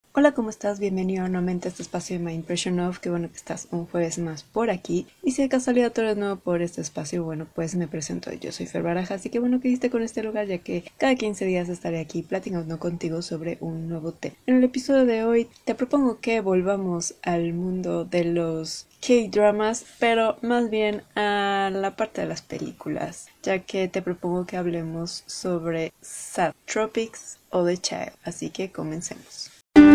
Hola, ¿cómo estás? Bienvenido nuevamente a este espacio de My Impression Of. Qué bueno que estás un jueves más por aquí. Y si de casualidad tú eres nuevo por este espacio, bueno, pues me presento. Yo soy Fer Baraja, así que bueno que hiciste con este lugar, ya que cada 15 días estaré aquí platicando contigo sobre un nuevo tema. En el episodio de hoy te propongo que volvamos al mundo de los K-dramas, pero más bien a la parte de las películas, ya que te propongo que hablemos sobre Sad Tropics o The Child. Así que comencemos.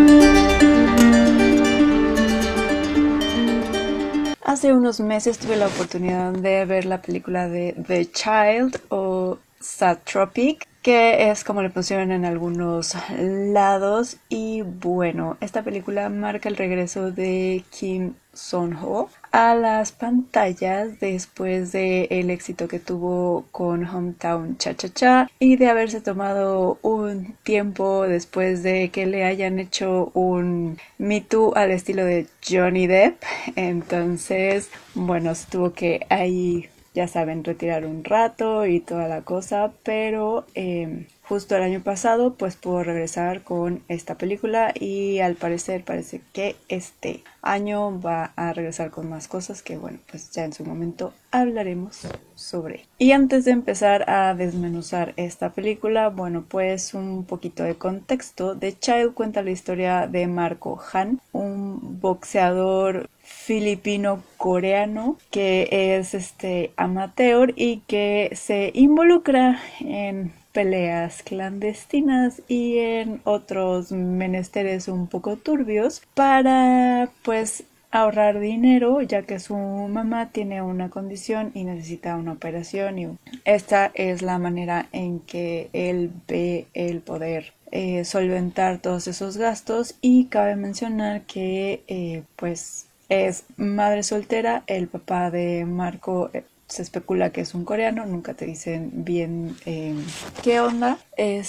Hace unos meses tuve la oportunidad de ver la película de The Child o Sad Tropic, que es como le pusieron en algunos lados. Y bueno, esta película marca el regreso de Kim Son-ho a las pantallas después de el éxito que tuvo con Hometown Cha Cha Cha y de haberse tomado un tiempo después de que le hayan hecho un Me Too al estilo de Johnny Depp. Entonces, bueno, se tuvo que ahí, ya saben, retirar un rato y toda la cosa, pero justo el año pasado pues pudo regresar con esta película y al parecer parece que este año va a regresar con más cosas que bueno, pues ya en su momento hablaremos sobre. Y antes de empezar a desmenuzar esta película, bueno, pues un poquito de contexto. The Child cuenta la historia de Marco Han, un boxeador filipino-coreano que es amateur y que se involucra en peleas clandestinas y en otros menesteres un poco turbios para pues ahorrar dinero, ya que su mamá tiene una condición y necesita una operación, y esta es la manera en que él ve el poder solventar todos esos gastos. Y cabe mencionar que pues es madre soltera. El papá de Marco se especula que es un coreano, nunca te dicen bien qué onda.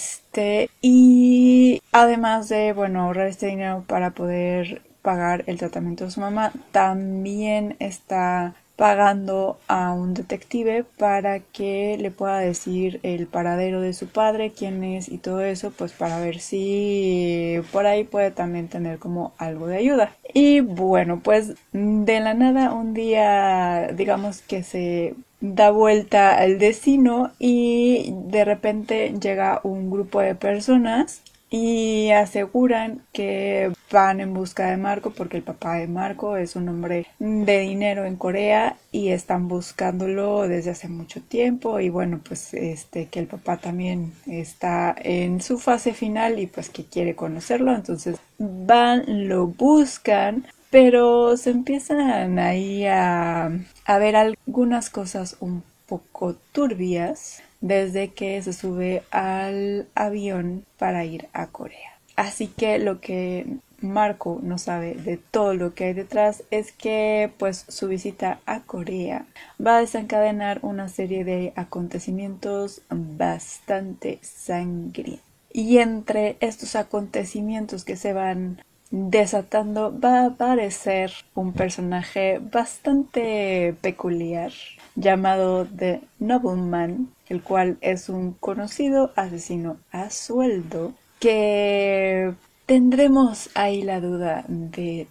Y además de, bueno, ahorrar este dinero para poder pagar el tratamiento de su mamá, también está pagando a un detective para que le pueda decir el paradero de su padre, quién es y todo eso, pues para ver si por ahí puede también tener como algo de ayuda. Y bueno, pues de la nada un día digamos que se da vuelta al destino y de repente llega un grupo de personas y aseguran que van en busca de Marco porque el papá de Marco es un hombre de dinero en Corea y están buscándolo desde hace mucho tiempo. Y bueno, pues que el papá también está en su fase final y pues que quiere conocerlo, entonces van, lo buscan, pero se empiezan ahí a ver algunas cosas un poco turbias desde que se sube al avión para ir a Corea. Así que lo que Marco no sabe de todo lo que hay detrás es que pues su visita a Corea va a desencadenar una serie de acontecimientos bastante sangrientos. Y entre estos acontecimientos que se van desatando va a aparecer un personaje bastante peculiar llamado The Nobleman, el cual es un conocido asesino a sueldo que tendremos ahí la duda de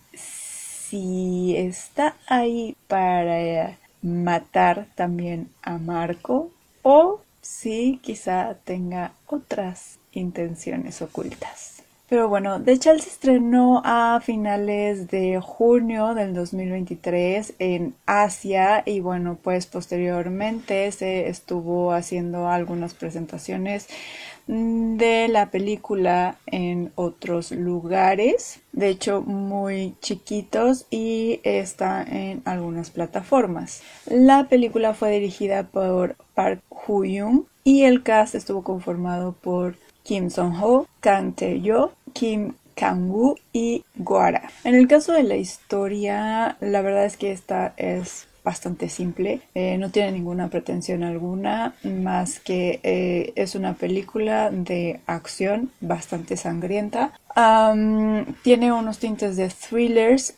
si está ahí para matar también a Marco o si quizá tenga otras intenciones ocultas. Pero bueno, The Child se estrenó a finales de junio del 2023 en Asia y bueno, pues posteriormente se estuvo haciendo algunas presentaciones de la película en otros lugares, de hecho muy chiquitos, y está en algunas plataformas. La película fue dirigida por Park Woo-young y el cast estuvo conformado por Kim Son-ho, Kang Tae-yo, Kim Kang-woo y Guara. En el caso de la historia, la verdad es que esta es bastante simple, no tiene ninguna pretensión alguna, más que es una película de acción bastante sangrienta. Tiene unos tintes de thrillers.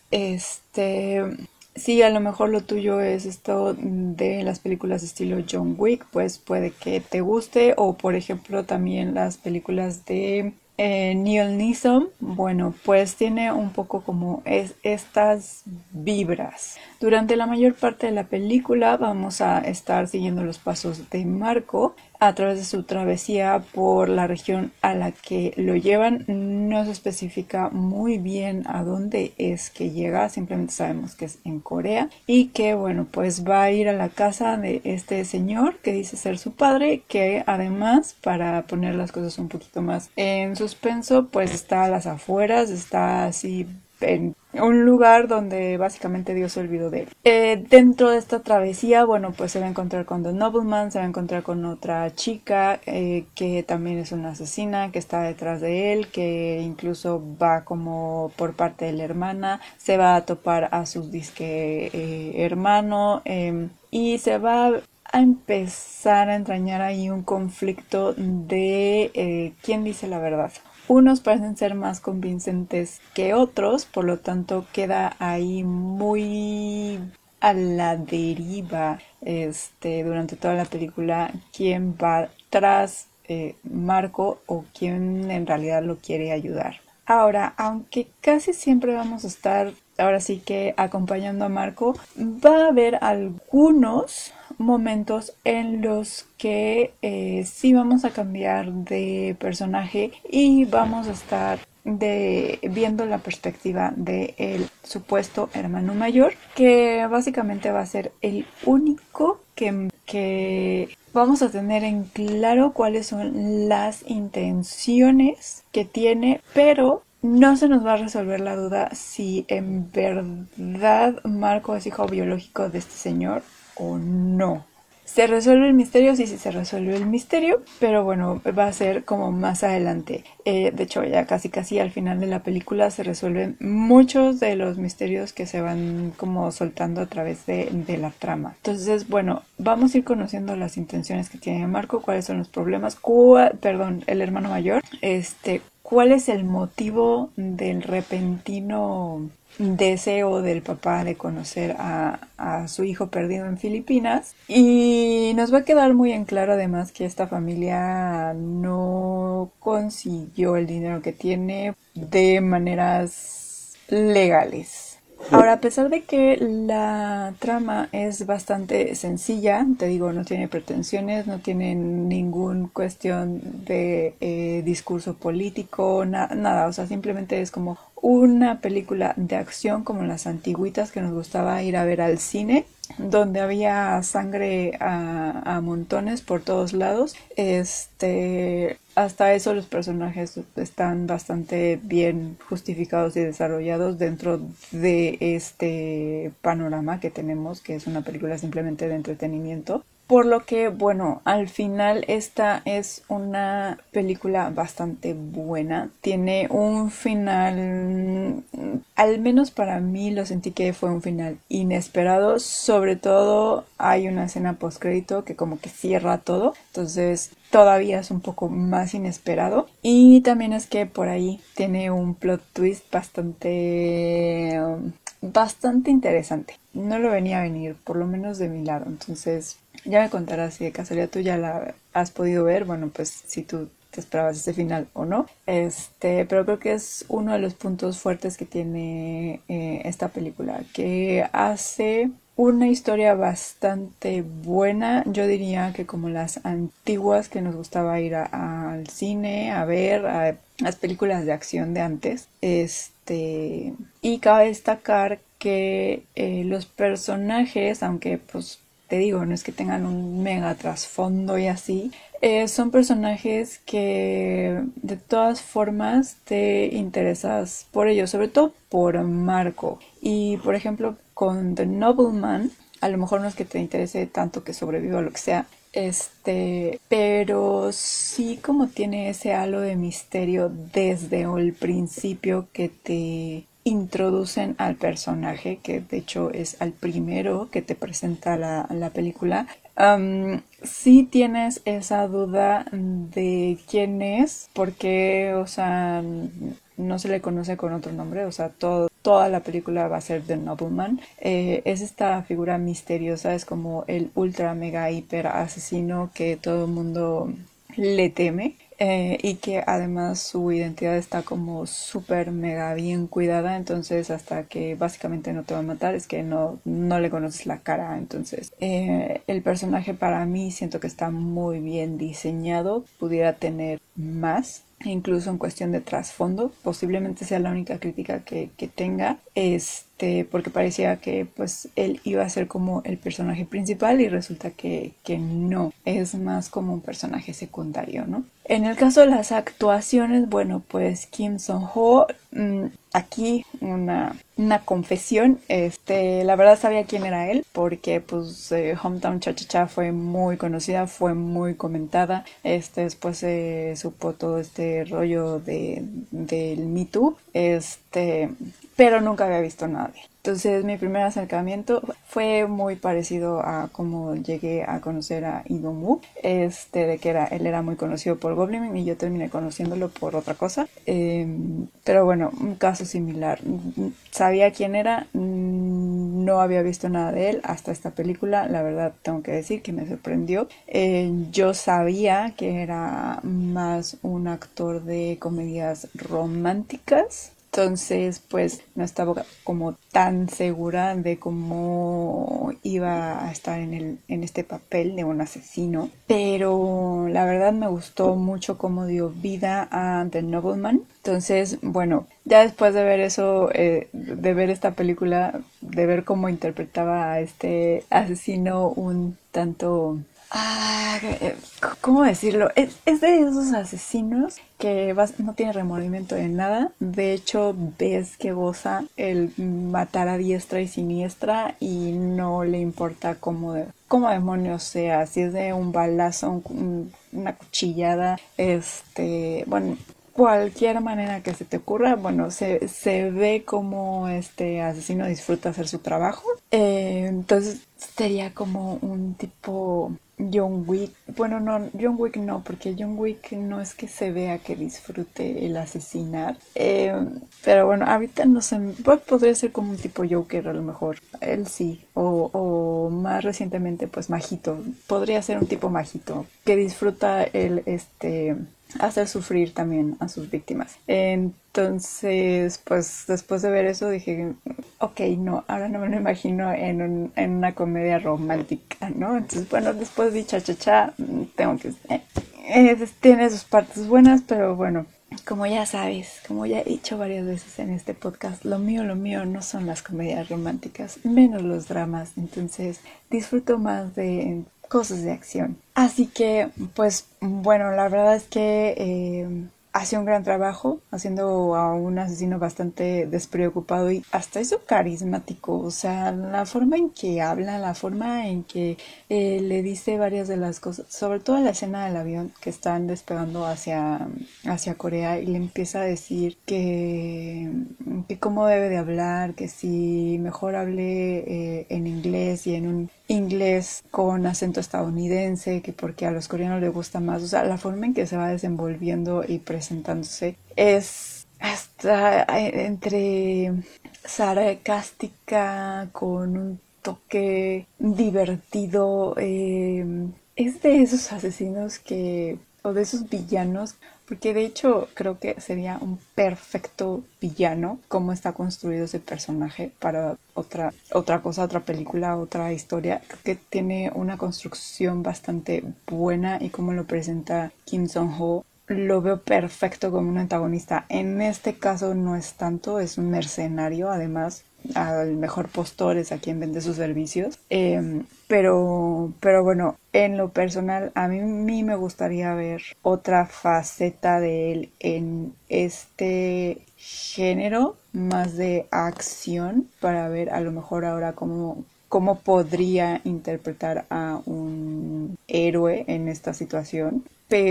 Si a lo mejor lo tuyo es esto de las películas estilo John Wick, pues puede que te guste, o por ejemplo también las películas de Neil Neeson, bueno, pues tiene un poco como estas vibras. Durante la mayor parte de la película vamos a estar siguiendo los pasos de Marco a través de su travesía por la región a la que lo llevan. No se especifica muy bien a dónde es que llega, simplemente sabemos que es en Corea y que bueno, pues va a ir a la casa de este señor que dice ser su padre, que además, para poner las cosas un poquito más en suspenso, pues está a las afueras, está así en un lugar donde básicamente Dios se olvidó de él. Dentro de esta travesía, bueno, pues se va a encontrar con The Nobleman, se va a encontrar con otra chica que también es una asesina, que está detrás de él, que incluso va como por parte de la hermana, se va a topar a su disque hermano y se va a empezar a entrañar ahí un conflicto de quién dice la verdad. Unos parecen ser más convincentes que otros, por lo tanto queda ahí muy a la deriva durante toda la película quién va tras Marco o quién en realidad lo quiere ayudar. Ahora, aunque casi siempre vamos a estar ahora sí que acompañando a Marco, va a haber algunos momentos en los que sí vamos a cambiar de personaje y vamos a estar viendo la perspectiva del supuesto hermano mayor, que básicamente va a ser el único que vamos a tener en claro cuáles son las intenciones que tiene, pero no se nos va a resolver la duda si en verdad Marco es hijo biológico de este señor o no. ¿Se resuelve el misterio? Sí, sí se resuelve el misterio, pero bueno, va a ser como más adelante. De hecho, ya casi al final de la película se resuelven muchos de los misterios que se van como soltando a través de la trama. Entonces, bueno, vamos a ir conociendo las intenciones que tiene Marco, cuáles son los problemas, perdón, el hermano mayor, cuál es el motivo del repentino deseo del papá de conocer a su hijo perdido en Filipinas, y nos va a quedar muy en claro además que esta familia no consiguió el dinero que tiene de maneras legales. Ahora, a pesar de que la trama es bastante sencilla, te digo, no tiene pretensiones, no tiene ninguna cuestión de discurso político, nada, o sea, simplemente es como una película de acción como las antiguitas que nos gustaba ir a ver al cine, donde había sangre a montones por todos lados. Hasta eso los personajes están bastante bien justificados y desarrollados dentro de este panorama que tenemos, que es una película simplemente de entretenimiento. Por lo que, bueno, al final esta es una película bastante buena. Tiene un final, al menos para mí lo sentí que fue un final inesperado. Sobre todo hay una escena postcrédito que como que cierra todo. Entonces todavía es un poco más inesperado. Y también es que por ahí tiene un plot twist bastante interesante. No lo venía a venir, por lo menos de mi lado. Entonces, ya me contarás si de casualidad tú ya la has podido ver. Bueno, pues si tú te esperabas ese final o no. Pero creo que es uno de los puntos fuertes que tiene esta película, que hace una historia bastante buena. Yo diría que como las antiguas que nos gustaba ir al cine a ver, a las películas de acción de antes. Y cabe destacar que los personajes, aunque pues te digo, no es que tengan un mega trasfondo y así, son personajes que de todas formas te interesas por ellos, sobre todo por Marco. Y por ejemplo, con The Nobleman, a lo mejor no es que te interese tanto que sobreviva o lo que sea, pero sí como tiene ese halo de misterio desde el principio que te introducen al personaje, que de hecho es al primero que te presenta la película. Sí tienes esa duda de quién es, porque, o sea, no se le conoce con otro nombre, o sea, toda la película va a ser The Nobleman. Es esta figura misteriosa, es como el ultra mega hiper asesino que todo el mundo le teme. y que además su identidad está como súper mega bien cuidada, entonces hasta que básicamente no te va a matar es que no le conoces la cara. Entonces el personaje para mí siento que está muy bien diseñado, pudiera tener más, incluso en cuestión de trasfondo. Posiblemente sea la única crítica que tenga, porque parecía que pues él iba a ser como el personaje principal y resulta que no, es más como un personaje secundario, ¿no? En el caso de las actuaciones, bueno, pues Kim Sung-ho, aquí una confesión, la verdad sabía quién era él, porque pues Hometown Cha-Cha-Cha fue muy conocida, fue muy comentada, después se supo todo este rollo del Me Too, pero nunca había visto nada de él. Entonces mi primer acercamiento fue muy parecido a como llegué a conocer a Lee Dong-woo, de que él era muy conocido por Goblin y yo terminé conociéndolo por otra cosa. Pero bueno, un caso similar. Sabía quién era, no había visto nada de él hasta esta película. La verdad tengo que decir que me sorprendió. Yo sabía que era más un actor de comedias románticas. Entonces, pues no estaba como tan segura de cómo iba a estar en este papel de un asesino. Pero la verdad me gustó mucho cómo dio vida a The Nobleman. Entonces, bueno, ya después de ver eso, de ver esta película, de ver cómo interpretaba a este asesino un tanto... ¿cómo decirlo? Es de esos asesinos que no tiene remordimiento de nada. De hecho, ves que goza el matar a diestra y siniestra y no le importa cómo demonios sea. Si es de un balazo, una cuchillada, bueno, cualquier manera que se te ocurra, bueno, se ve como este asesino disfruta hacer su trabajo. Entonces sería como un tipo John Wick. Bueno, no, John Wick no, porque John Wick no es que se vea que disfrute el asesinar. Pero bueno, ahorita no sé, podría ser como un tipo Joker a lo mejor. Él sí. O más recientemente, pues Majito. Podría ser un tipo Majito que disfruta hacer sufrir también a sus víctimas. Entonces, pues después de ver eso dije, ok, no, ahora no me lo imagino en una comedia romántica, ¿no? Entonces, bueno, después de Cha-Cha-Cha, tengo que... tiene sus partes buenas, pero bueno, como ya sabes, como ya he dicho varias veces en este podcast, lo mío no son las comedias románticas, menos los dramas. Entonces, disfruto más de cosas de acción. Así que, pues, bueno, la verdad es que hace un gran trabajo haciendo a un asesino bastante despreocupado y hasta eso carismático. O sea, la forma en que habla, la forma en que le dice varias de las cosas, sobre todo la escena del avión que están despegando hacia Corea y le empieza a decir que cómo debe de hablar, que si mejor hable en inglés y en un inglés con acento estadounidense, que porque a los coreanos les gusta más. O sea, la forma en que se va desenvolviendo y presentándose es hasta entre sarcástica con un toque divertido. Es de esos asesinos o de esos villanos, porque de hecho creo que sería un perfecto villano cómo está construido ese personaje para otra cosa, otra película, otra historia. Creo que tiene una construcción bastante buena y cómo lo presenta Kim Sung-ho lo veo perfecto como un antagonista. En este caso no es tanto, es un mercenario, además al mejor postor es a quien vende sus servicios. Pero bueno, en lo personal a mí me gustaría ver otra faceta de él en este género más de acción para ver a lo mejor ahora cómo podría interpretar a un héroe en esta situación.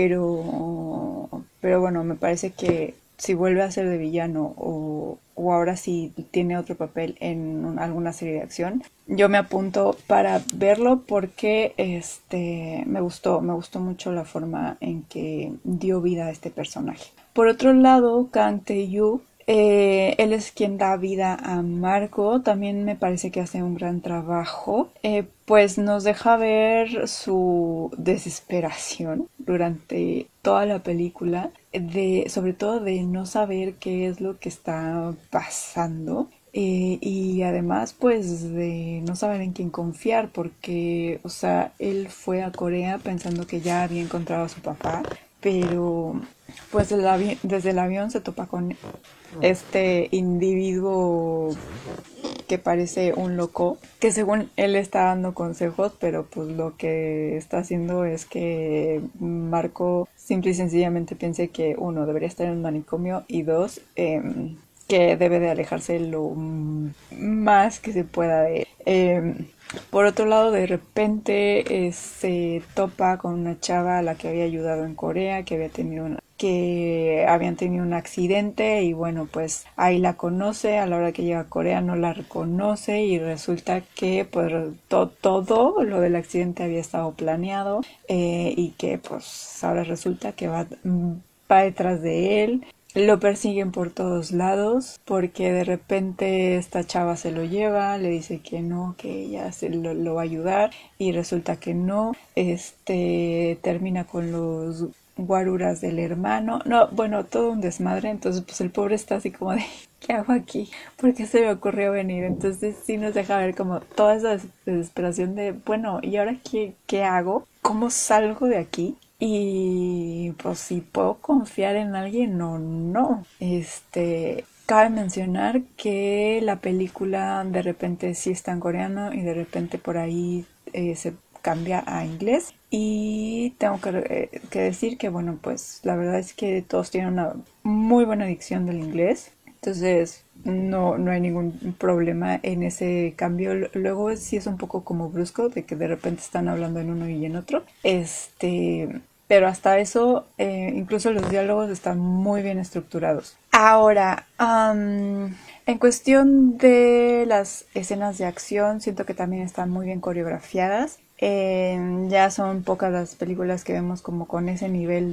Pero bueno, me parece que si vuelve a ser de villano o ahora sí tiene otro papel en alguna serie de acción, yo me apunto para verlo porque me gustó mucho la forma en que dio vida a este personaje. Por otro lado, Kang Tae-yu Él es quien da vida a Marco, también me parece que hace un gran trabajo, pues nos deja ver su desesperación durante toda la película, sobre todo de no saber qué es lo que está pasando. Y además pues de no saber en quién confiar porque, o sea, él fue a Corea pensando que ya había encontrado a su papá, pero pues desde el avión se topa con este individuo que parece un loco, que según él está dando consejos, pero pues lo que está haciendo es que Marco simple y sencillamente piense que uno, debería estar en un manicomio y dos, que debe de alejarse lo más que se pueda de él. Por otro lado, de repente se topa con una chava a la que había ayudado en Corea, que habían tenido un accidente y bueno, pues ahí la conoce, a la hora que llega a Corea no la reconoce y resulta que pues todo lo del accidente había estado planeado, y que pues ahora resulta que va detrás de él. Lo persiguen por todos lados porque de repente esta chava se lo lleva, le dice que no, que ella lo va a ayudar y resulta que no. Termina con los guaruras del hermano. No, bueno, todo un desmadre. Entonces, pues el pobre está así como de, ¿qué hago aquí? ¿Por qué se me ocurrió venir? Entonces, sí nos deja ver como toda esa desesperación de, bueno, ¿y ahora qué hago? ¿Cómo salgo de aquí? Y pues si puedo confiar en alguien o no. Cabe mencionar que la película de repente sí está en coreano y de repente por ahí se cambia a inglés. Y tengo que decir que, bueno, pues la verdad es que todos tienen una muy buena dicción del inglés. Entonces, no hay ningún problema en ese cambio. Luego sí es un poco como brusco, de que de repente están hablando en uno y en otro. Pero hasta eso, incluso los diálogos están muy bien estructurados. Ahora, en cuestión de las escenas de acción, siento que también están muy bien coreografiadas. Ya son pocas las películas que vemos como con ese nivel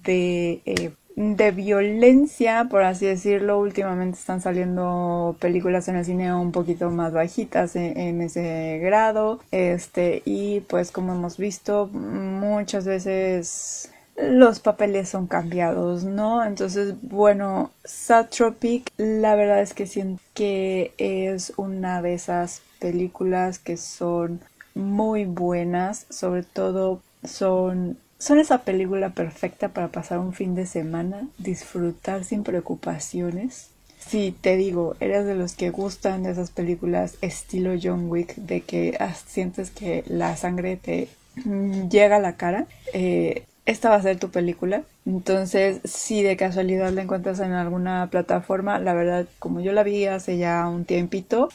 de violencia, por así decirlo. Últimamente están saliendo películas en el cine un poquito más bajitas en ese grado. Y pues como hemos visto, muchas veces los papeles son cambiados, ¿no? Entonces, bueno, Satropic, la verdad es que siento que es una de esas películas que son muy buenas, sobre todo son esa película perfecta para pasar un fin de semana, disfrutar sin preocupaciones. Si te digo, eres de los que gustan de esas películas estilo John Wick, de que sientes que la sangre te llega a la cara, esta va a ser tu película. Entonces, si de casualidad la encuentras en alguna plataforma, la verdad, como yo la vi hace ya un tiempito,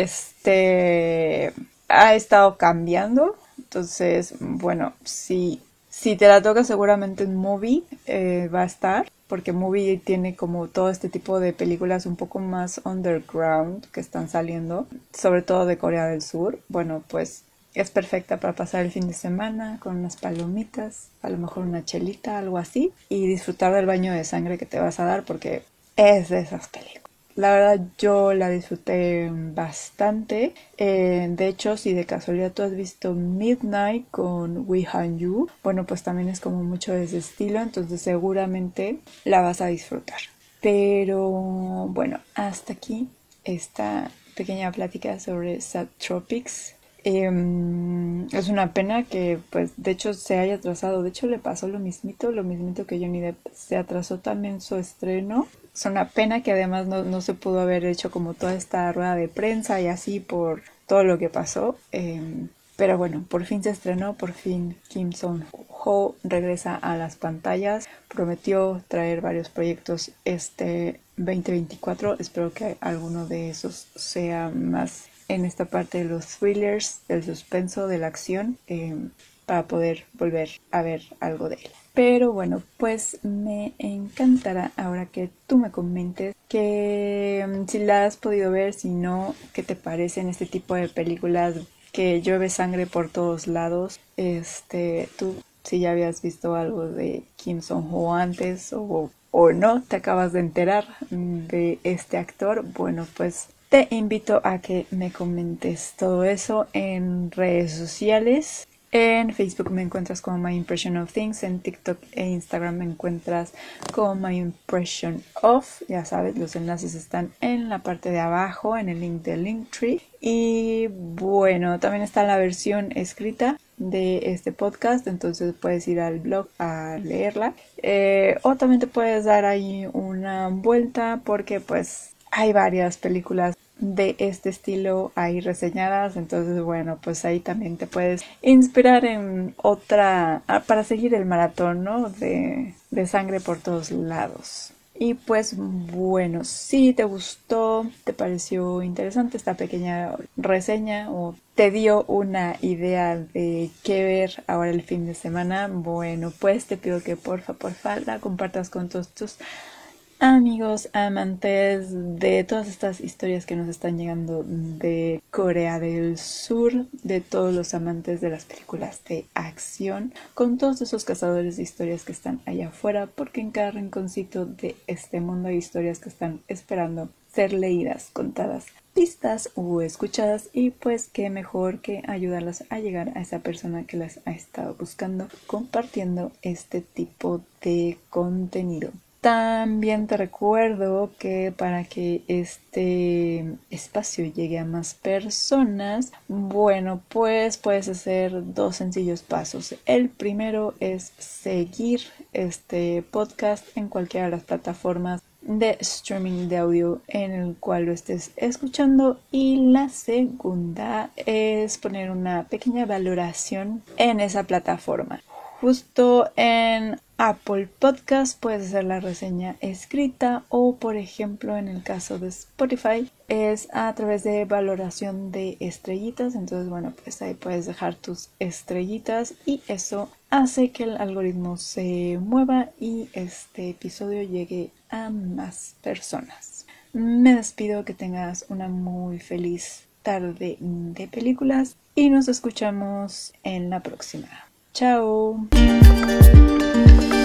ha estado cambiando. Entonces, bueno, si te la toca seguramente en Movie va a estar, porque Movie tiene como todo este tipo de películas un poco más underground que están saliendo, sobre todo de Corea del Sur. Bueno, pues es perfecta para pasar el fin de semana con unas palomitas, a lo mejor una chelita, algo así, y disfrutar del baño de sangre que te vas a dar porque es de esas películas. La verdad yo la disfruté bastante. De hecho, si de casualidad tú has visto Midnight con Wi Han Yu, bueno, pues también es como mucho de ese estilo, entonces seguramente la vas a disfrutar. Pero bueno, hasta aquí esta pequeña plática sobre Subtropics. Es una pena que, pues, de hecho se haya atrasado. De hecho, le pasó lo mismito que Johnny Depp. Se atrasó también su estreno. Es una pena que además no se pudo haber hecho como toda esta rueda de prensa y así por todo lo que pasó. Pero bueno, por fin se estrenó, por fin Kim Song-ho regresa a las pantallas. Prometió traer varios proyectos este 2024. Espero que alguno de esos sea más en esta parte de los thrillers, del suspenso, de la acción, para poder volver a ver algo de él. Pero bueno, pues me encantará ahora que tú me comentes que si la has podido ver, si no, qué te parecen este tipo de películas que llueve sangre por todos lados. Tú si ya habías visto algo de Kim Song-ho antes o o no te acabas de enterar de este actor, bueno, pues te invito a que me comentes todo eso en redes sociales. En Facebook me encuentras como My Impression of Things, en TikTok e Instagram me encuentras como My Impression of. Ya sabes, los enlaces están en la parte de abajo, en el link del Linktree. Y bueno, también está la versión escrita de este podcast, entonces puedes ir al blog a leerla. O también te puedes dar ahí una vuelta porque pues hay varias películas de este estilo ahí reseñadas, entonces bueno, pues ahí también te puedes inspirar en otra para seguir el maratón, ¿no? De sangre por todos lados. Y pues bueno, si te gustó, te pareció interesante esta pequeña reseña o te dio una idea de qué ver ahora el fin de semana, bueno, pues te pido que porfa la compartas con todos tus amigos, amantes de todas estas historias que nos están llegando de Corea del Sur, de todos los amantes de las películas de acción, con todos esos cazadores de historias que están allá afuera, porque en cada rinconcito de este mundo hay historias que están esperando ser leídas, contadas, vistas o escuchadas, y pues qué mejor que ayudarlas a llegar a esa persona que las ha estado buscando compartiendo este tipo de contenido. También te recuerdo que para que este espacio llegue a más personas, bueno, pues puedes hacer dos sencillos pasos. El primero es seguir este podcast en cualquiera de las plataformas de streaming de audio en el cual lo estés escuchando, y la segunda es poner una pequeña valoración en esa plataforma. Justo en Apple Podcast puedes hacer la reseña escrita, o por ejemplo en el caso de Spotify es a través de valoración de estrellitas. Entonces bueno, pues ahí puedes dejar tus estrellitas y eso hace que el algoritmo se mueva y este episodio llegue a más personas. Me despido, que tengas una muy feliz tarde de películas y nos escuchamos en la próxima. Chao.